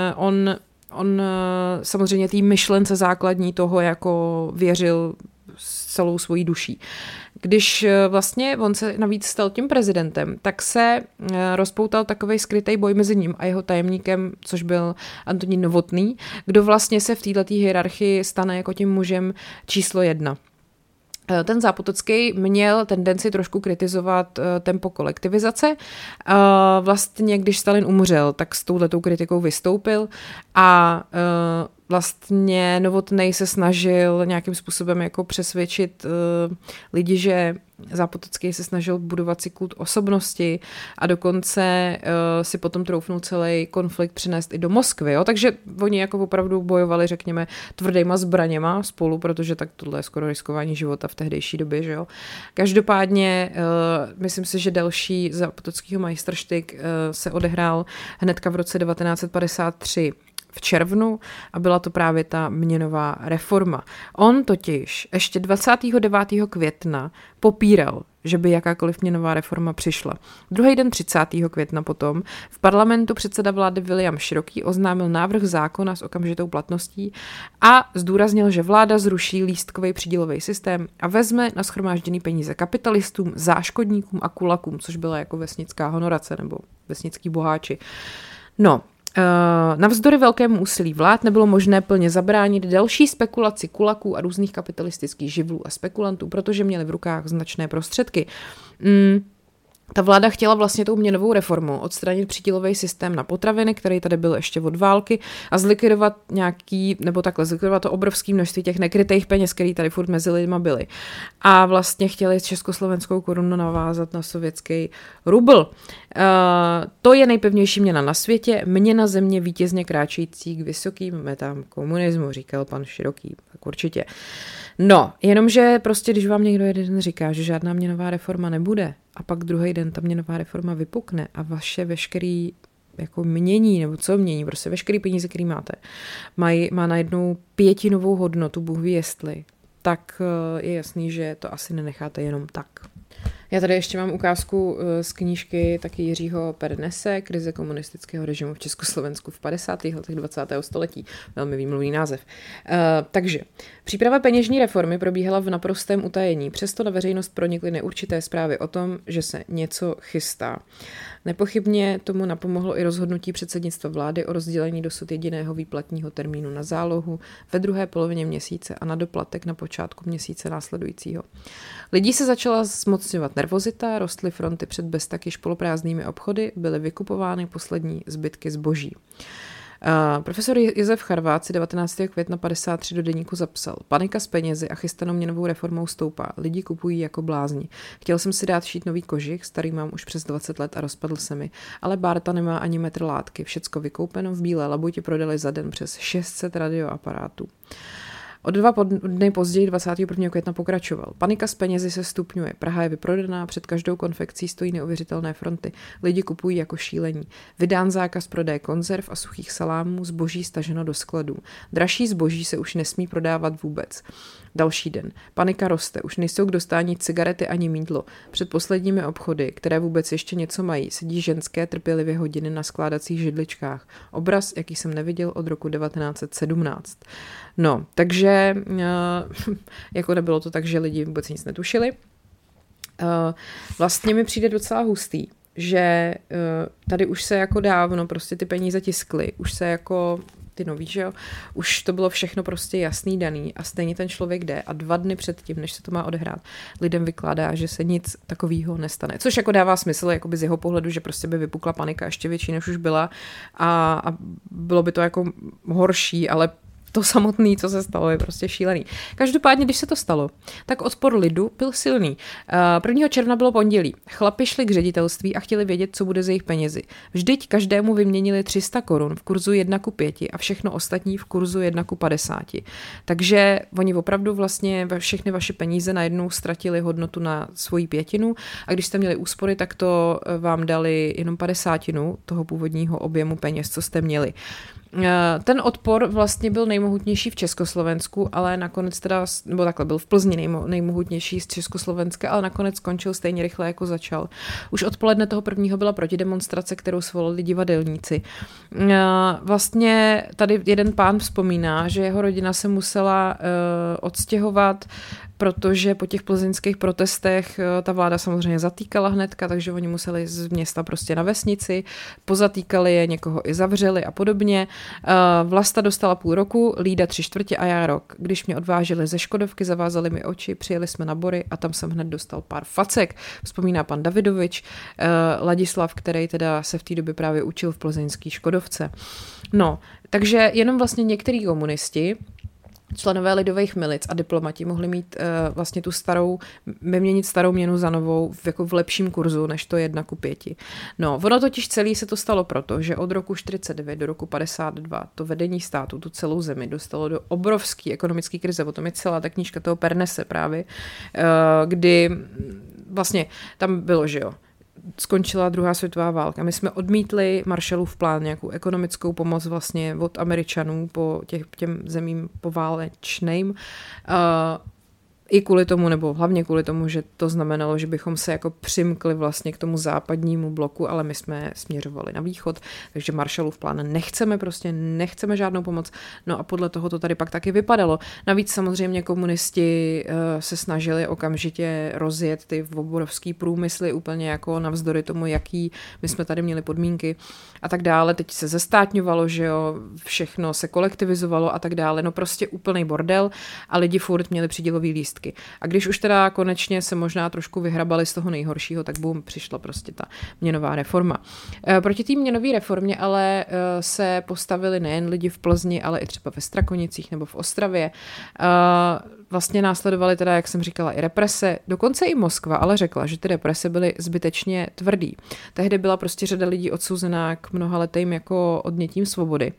on samozřejmě té myšlence základní toho jako věřil s celou svojí duší. Když vlastně on se navíc stal tím prezidentem, tak se rozpoutal takovej skrytý boj mezi ním a jeho tajemníkem, což byl Antonín Novotný, kdo vlastně se v této hierarchii stane jako tím mužem číslo 1. Ten Zápotocký měl tendenci trošku kritizovat tempo kolektivizace. Vlastně, když Stalin umřel, tak s touhletou kritikou vystoupil a vlastně Novotný se snažil nějakým způsobem jako přesvědčit lidi, že Zápotocký se snažil budovat si kult osobnosti a dokonce si potom troufnul celý konflikt přinést i do Moskvy. Jo? Takže oni jako opravdu bojovali, řekněme, tvrdýma zbraněma spolu, protože tak tohle je skoro riskování života v tehdejší době. Že jo? Každopádně myslím si, že další Zápotockýho majstrštyk se odehrál hnedka v roce 1953 v červnu a byla to právě ta měnová reforma. On totiž ještě 29. května popíral, že by jakákoliv měnová reforma přišla. Druhý den 30. května potom v parlamentu předseda vlády William Široký oznámil návrh zákona s okamžitou platností a zdůraznil, že vláda zruší lístkový přídělový systém a vezme na shromážděný peníze kapitalistům, záškodníkům a kulakům, což byla jako vesnická honorace nebo vesnický boháči. No, navzdory velkému úsilí vlád nebylo možné plně zabránit další spekulaci kulaků a různých kapitalistických živlů a spekulantů, protože měli v rukách značné prostředky. Ta vláda chtěla vlastně tou měnovou reformou odstranit přídělový systém na potraviny, který tady byl ještě od války, a zlikvidovat zlikvidovat to obrovské množství těch nekrytých peněz, které tady furt mezi lidma byly. A vlastně chtěli československou korunu navázat na sovětský rubl. To je nejpevnější měna na světě, měna země vítězně kráčející k vysokým metám komunismu, říkal pan Široký. Tak určitě. No, jenomže prostě, když vám někdo jeden říká, že žádná měnová reforma nebude, a pak druhý den ta měnová reforma vypukne a vaše veškerý jako mění, nebo co mění, prostě veškerý peníze, který máte, má najednou 5% hodnotu, Bůh ví jestli, tak je jasný, že to asi nenecháte jenom tak. Já tady ještě mám ukázku z knížky taky Jiřího Pernese, Krize komunistického režimu v Československu v 50. letech 20. století. Velmi výmluvný název. Takže příprava peněžní reformy probíhala v naprostém utajení, přesto na veřejnost pronikly neurčité zprávy o tom, že se něco chystá. Nepochybně tomu napomohlo i rozhodnutí předsednictva vlády o rozdělení dosud jediného výplatního termínu na zálohu ve druhé polovině měsíce a na doplatek na počátku měsíce následujícího. Lidí se začala zmocňovat nervozita, rostly fronty před beztaky poloprázdnými obchody, byly vykupovány poslední zbytky zboží. Profesor Josef Charvát si 19. května 53 do deníku zapsal: Panika s penězi a chystanou měnovou reformou stoupá. Lidi kupují jako blázni. Chtěl jsem si dát šít nový kožich, starý mám už přes 20 let a rozpadl se mi. Ale Bárta nemá ani metr látky. Všecko vykoupeno, v Bílé Labuti prodali za den přes 600 radioaparátů. O 2 dny později 21. května pokračoval. Panika s penězi se stupňuje. Praha je vyprodaná, před každou konfekcí stojí neuvěřitelné fronty. Lidi kupují jako šílení. Vydán zákaz prodeje konzerv a suchých salámů, zboží staženo do skladů. Dražší zboží se už nesmí prodávat vůbec. Další den. Panika roste, už nejsou k dostání cigarety ani mýdlo. Před posledními obchody, které vůbec ještě něco mají, sedí ženské trpělivě hodiny na skládacích židličkách. Obraz, jaký jsem neviděl od roku 1917. No, takže jako nebylo to tak, že lidi vůbec nic netušili. Vlastně mi přijde docela hustý, že tady už se jako dávno prostě ty peníze tiskly, už se jako ty nový, že jo, už to bylo všechno prostě jasný, daný a stejně ten člověk jde a 2 dny předtím, než se to má odehrát, lidem vykládá, že se nic takového nestane. Což jako dává smysl jakoby z jeho pohledu, že prostě by vypukla panika ještě větší, než už byla a bylo by to jako horší, ale to samotné, co se stalo, je prostě šílený. Každopádně, když se to stalo, tak odpor lidu byl silný. 1. června bylo pondělí. Chlapi šli k ředitelství a chtěli vědět, co bude z jejich penězi. Vždyť každému vyměnili 300 korun v kurzu 1:5 a všechno ostatní v kurzu 1:50. Takže oni opravdu vlastně všechny vaše peníze najednou ztratili hodnotu na svoji 1/5 a když jste měli úspory, tak to vám dali jenom 50 toho původního objemu peněz, co jste měli. Ten odpor vlastně byl nejmohutnější v Československu, ale nakonec teda, nebo takhle byl v Plzni nejmohutnější z Československa, ale nakonec skončil stejně rychle, jako začal. Už odpoledne toho 1. byla protidemonstrace, kterou svolali divadelníci. Vlastně tady jeden pán vzpomíná, že jeho rodina se musela odstěhovat, protože po těch plzeňských protestech ta vláda samozřejmě zatýkala hnedka, takže oni museli z města prostě na vesnici, pozatýkali je, někoho i zavřeli a podobně. Vlasta dostala půl roku, Lída 3/4 a já rok. Když mě odváželi ze Škodovky, zavázali mi oči, přijeli jsme na Bory a tam jsem hned dostal pár facek, vzpomíná pan Davidovič, Ladislav, který teda se v té době právě učil v plzeňské Škodovce. No, takže jenom vlastně některý komunisti, členové lidových milic a diplomati mohli mít vlastně tu vyměnit starou měnu za novou jako v lepším kurzu než to 1:5. No, ono totiž celý se to stalo proto, že od roku 49 do roku 52 to vedení státu, tu celou zemi dostalo do obrovské ekonomické krize. O tom je celá ta knížka toho Pernese právě, kdy vlastně tam bylo, že jo, skončila druhá světová válka. My jsme odmítli Marshallův plán, nějakou ekonomickou pomoc vlastně od Američanů po těm zemím poválečným. I kvůli tomu, nebo hlavně kvůli tomu, že to znamenalo, že bychom se jako přimkli vlastně k tomu západnímu bloku, ale my jsme směřovali na východ, takže Marshallův plán nechceme žádnou pomoc. No a podle toho to tady pak taky vypadalo. Navíc samozřejmě komunisti se snažili okamžitě rozjet ty obrovský průmysly úplně jako navzdory tomu, jaký my jsme tady měli podmínky a tak dále. Teď se zestátňovalo, že jo, všechno se kolektivizovalo a tak dále. No prostě úplný bordel a lidi furt měli přídělový lístky. A když už teda konečně se možná trošku vyhrabali z toho nejhoršího, tak boom, přišla prostě ta měnová reforma. Proti té měnové reformě ale se postavili nejen lidi v Plzni, ale i třeba ve Strakonicích nebo v Ostravě. Vlastně následovaly teda, jak jsem říkala, i represe. Dokonce i Moskva ale řekla, že ty represe byly zbytečně tvrdý. Tehdy byla prostě řada lidí odsouzená k mnohaletým jako odnětím svobody.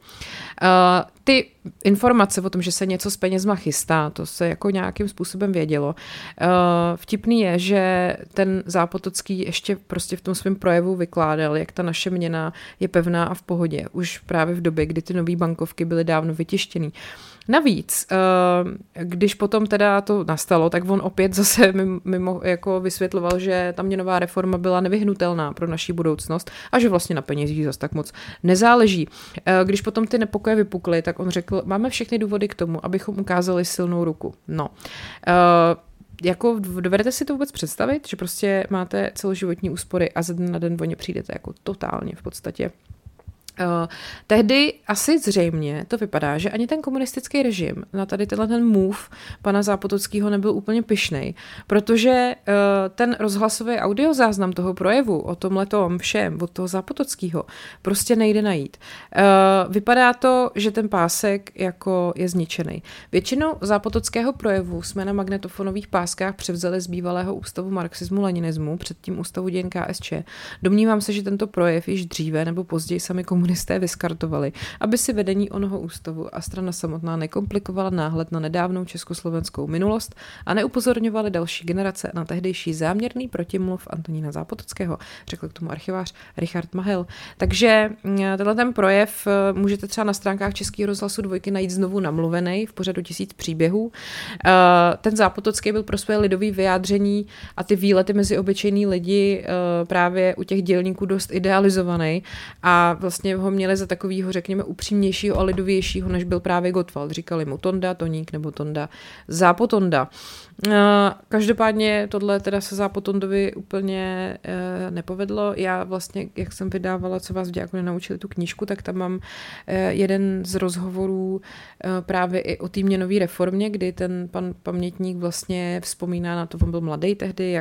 Ty informace o tom, že se něco s penězma chystá, to se jako nějakým způsobem vědělo. Vtipný je, že ten Zápotocký ještě prostě v tom svém projevu vykládal, jak ta naše měna je pevná a v pohodě. Už právě v době, kdy ty nový bankovky byly dávno vytištěný. Navíc, když potom teda to nastalo, tak on opět zase mimo jako vysvětloval, že ta měnová reforma byla nevyhnutelná pro naši budoucnost a že vlastně na penězích zase tak moc nezáleží. Když potom ty nepokoje vypukly, tak on řekl, máme všechny důvody k tomu, abychom ukázali silnou ruku. No, jako dovedete si to vůbec představit, že prostě máte celoživotní úspory a ze dne na den o ně přijdete jako totálně v podstatě. Tehdy asi zřejmě to vypadá, že ani ten komunistický režim na tady ten move pana Zápotockého nebyl úplně pyšnej, protože ten rozhlasový audiozáznam toho projevu o tomhletom všem od toho Zápotockého prostě nejde najít. Vypadá to, že ten pásek jako je zničený. Většinu Zápotockého projevu jsme na magnetofonových páskách převzali z bývalého ústavu marxismu-leninismu, předtím ústavu dějin KSČ. Domnívám se, že tento projev již dříve nebo později sami komunisté vyskartovali, aby si vedení onoho ústavu a strana samotná nekomplikovala náhled na nedávnou československou minulost a neupozorňovali další generace na tehdejší záměrný protimluv Antonína Zápotockého, řekl k tomu archivář Richard Mahel. Takže tenhle ten projev můžete třeba na stránkách Českého rozhlasu 2 najít znovu namluvený v pořadu 1000 příběhů. Ten Zápotocký byl pro své lidové vyjádření a ty výlety mezi obyčejný lidi právě u těch dělníků dost idealizovaný a vlastně vlastně ho měli za takovýho, řekněme, upřímnějšího a lidovějšího, než byl právě Gottwald. Říkali mu Tonda, Toník nebo Tonda Zápotonda. Každopádně tohle teda se Zápotondovi úplně nepovedlo. Já vlastně, jak jsem vydávala, co vás v Dějáku nenaučili tu knížku, tak tam mám jeden z rozhovorů právě i o té měnové reformě, kdy ten pan pamětník vlastně vzpomíná na to, on byl mladý tehdy,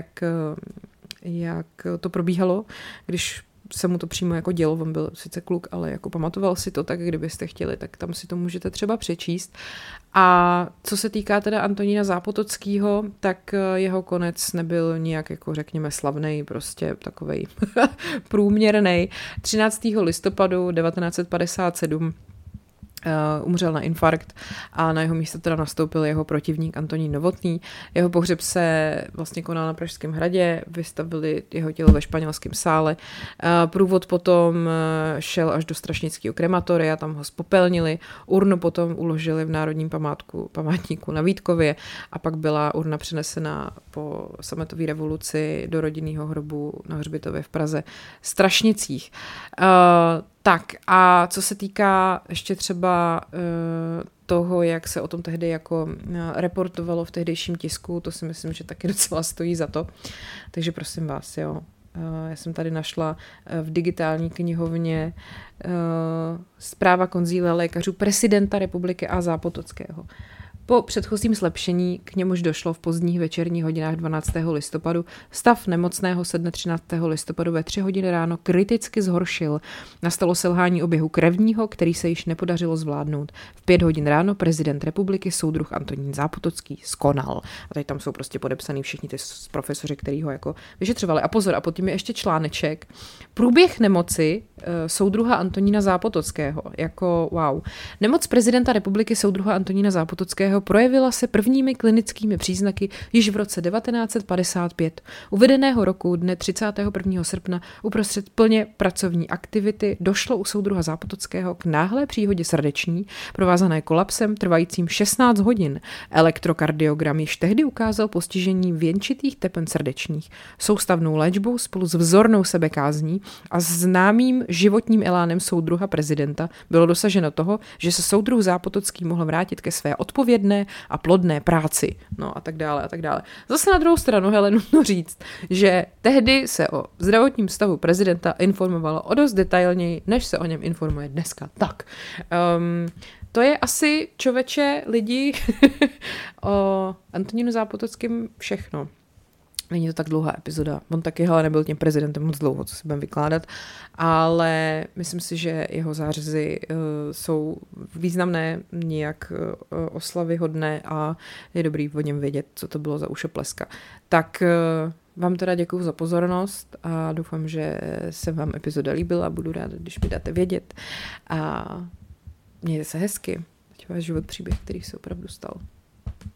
jak to probíhalo, když se mu to přímo jako dělo, on byl sice kluk, ale jako pamatoval si to, tak kdybyste chtěli, tak tam si to můžete třeba přečíst. A co se týká teda Antonína Zápotockého, tak jeho konec nebyl nijak jako řekněme slavnej, prostě takovej průměrnej. 13. listopadu 1957 umřel na infarkt a na jeho místo teda nastoupil jeho protivník Antonín Novotný. Jeho pohřeb se vlastně konal na Pražském hradě, vystavili jeho tělo ve Španělském sále. Průvod potom šel až do strašnického krematoria, tam ho spopelnili, urnu potom uložili v Národním památníku na Vítkově a pak byla urna přenesena po sametové revoluci do rodinného hrobu na hřbitově v Praze Strašnicích. Tak a co se týká ještě třeba toho, jak se o tom tehdy jako reportovalo v tehdejším tisku, to si myslím, že taky docela stojí za to. Takže prosím vás, jo. Já jsem tady našla v digitální knihovně zpráva konzília lékařů prezidenta republiky A. Zápotockého. Po předchozím zlepšení, k němuž došlo v pozdních večerních hodinách 12. listopadu, stav nemocného se dne 13. listopadu ve 3 hodiny ráno kriticky zhoršil. Nastalo selhání oběhu krevního, který se již nepodařilo zvládnout. V 5 hodin ráno prezident republiky soudruh Antonín Zápotocký skonal. A tady tam jsou prostě podepsaný všichni ty profesoři, který ho jako vyšetřovali. A pozor, a pod tím je ještě článeček. Průběh nemoci soudruha Antonína Zápotockého. Jako wow. Nemoc prezidenta republiky soudruha Antonína Zápotockého projevila se prvními klinickými příznaky již v roce 1955. Uvedeného roku dne 31. srpna uprostřed plně pracovní aktivity došlo u soudruha Zápotockého k náhlé příhodě srdeční, provázané kolapsem trvajícím 16 hodin. Elektrokardiogram již tehdy ukázal postižení věnčitých tepen srdečních. Soustavnou léčbou spolu s vzornou sebekázní a známým životním elánem soudruha prezidenta bylo dosaženo toho, že se soudruh Zápotocký mohl vrátit ke své odpovědné a plodné práci. No a tak dále a tak dále. Zase na druhou stranu, hele, nutno říct, že tehdy se o zdravotním stavu prezidenta informovalo o dost detailněji, než se o něm informuje dneska. Tak, to je asi, čověče, lidi o Antonínu Zápotockém všechno. Není to tak dlouhá epizoda. On taky, hele, nebyl tím prezidentem moc dlouho, co si budeme vykládat, ale myslím si, že jeho zářezy jsou významné, nějak oslavyhodné a je dobrý o něm vědět, co to bylo za ušopleska. Tak vám teda děkuju za pozornost a doufám, že se vám epizoda líbila. Budu ráda, když mi dáte vědět a mějte se hezky. Ať váš život příběh, který se opravdu stal.